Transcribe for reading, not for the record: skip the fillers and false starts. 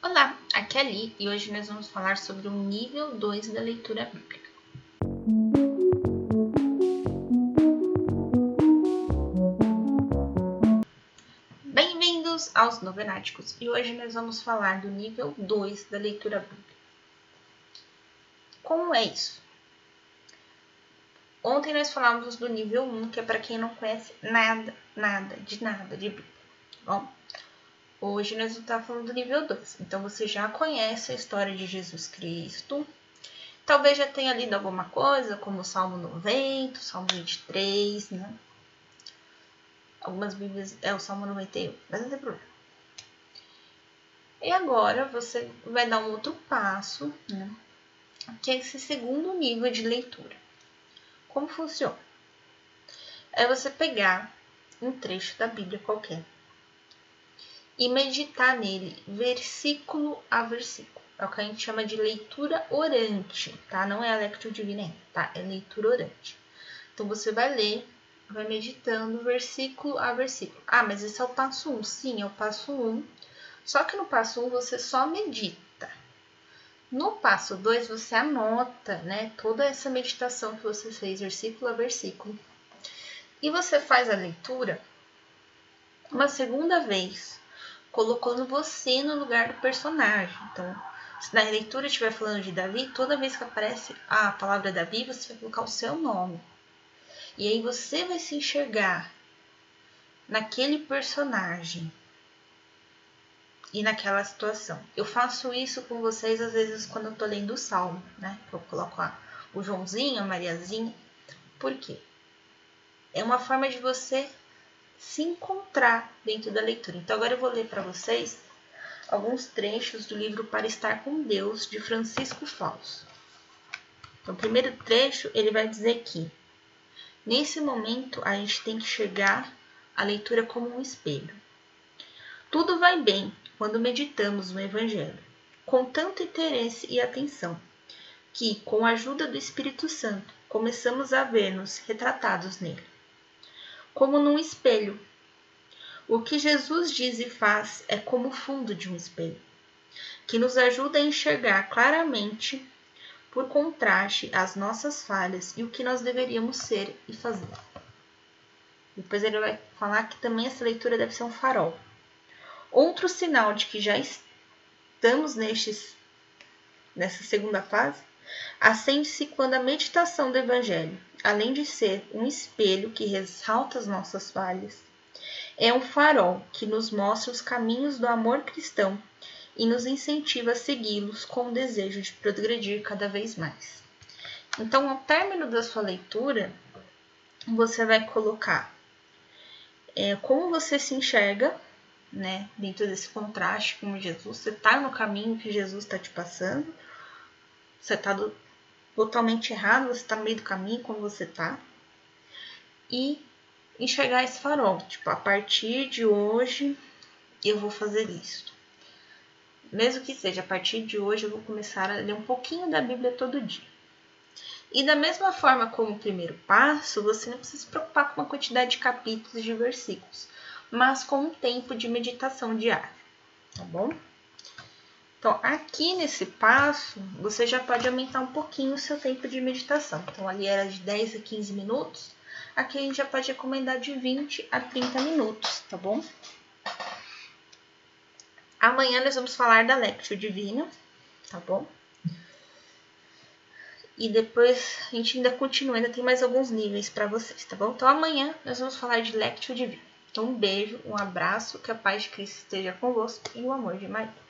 Olá, aqui é a Li e hoje nós vamos falar sobre o nível 2 da leitura bíblica. Bem-vindos aos Novenáticos e hoje nós vamos falar do nível 2 da leitura bíblica. Como é isso? Ontem nós falamos do nível 1, que é para quem não conhece nada de Bíblia. Bom, hoje nós vamos estar falando do nível 2. Então você já conhece a história de Jesus Cristo. Talvez já tenha lido alguma coisa, como o Salmo 90, o Salmo 23, né? Algumas bíblias é o Salmo 91, mas não tem problema. E agora você vai dar um outro passo, né? Que é esse segundo nível de leitura. Como funciona? É você pegar um trecho da Bíblia qualquer e meditar nele versículo a versículo. É o que a gente chama de leitura orante, tá? Não é a lectio divina ainda, tá? É leitura orante. Então você vai ler, vai meditando versículo a versículo. Ah, mas esse é o passo 1. Sim, é o passo 1. Só que no passo 1 você só medita. No passo 2 você anota, né, toda essa meditação que você fez, versículo a versículo. E você faz a leitura uma segunda vez, colocando você no lugar do personagem. Então, se na leitura estiver falando de Davi, toda vez que aparece a palavra Davi, você vai colocar o seu nome. E aí você vai se enxergar naquele personagem e naquela situação. Eu faço isso com vocês às vezes quando eu tô lendo o Salmo, né? Eu coloco o Joãozinho, a Mariazinha. Por quê? É uma forma de você se encontrar dentro da leitura. Então agora eu vou ler para vocês alguns trechos do livro Para Estar com Deus, de Francisco Fausto. Então o primeiro trecho, ele vai dizer que nesse momento a gente tem que enxergar a leitura como um espelho. Tudo vai bem quando meditamos no Evangelho, com tanto interesse e atenção, que, com a ajuda do Espírito Santo, começamos a ver-nos retratados nele. Como num espelho. O que Jesus diz e faz é como o fundo de um espelho, que nos ajuda a enxergar claramente, por contraste, as nossas falhas e o que nós deveríamos ser e fazer. Depois ele vai falar que também essa leitura deve ser um farol. Outro sinal de que já estamos nessa segunda fase, acende-se quando a meditação do Evangelho, além de ser um espelho que ressalta as nossas falhas, é um farol que nos mostra os caminhos do amor cristão e nos incentiva a segui-los com o desejo de progredir cada vez mais. Então, ao término da sua leitura, você vai colocar como você se enxerga, né, dentro desse contraste com Jesus. Você está no caminho que Jesus está te passando, você está totalmente errado, você está no meio do caminho como você está, e enxergar esse farol, tipo, a partir de hoje eu vou fazer isso. Mesmo que seja a partir de hoje eu vou começar a ler um pouquinho da Bíblia todo dia. E da mesma forma como o primeiro passo, você não precisa se preocupar com uma quantidade de capítulos e de versículos, mas com um tempo de meditação diário, tá bom? Então, aqui nesse passo, você já pode aumentar um pouquinho o seu tempo de meditação. Então, ali era de 10 a 15 minutos, aqui a gente já pode recomendar de 20 a 30 minutos, tá bom? Amanhã nós vamos falar da Lectio Divina, tá bom? E depois a gente ainda continua, ainda tem mais alguns níveis para vocês, tá bom? Então amanhã nós vamos falar de Lectio Divina. Então um beijo, um abraço, que a paz de Cristo esteja convosco e o amor de Maria.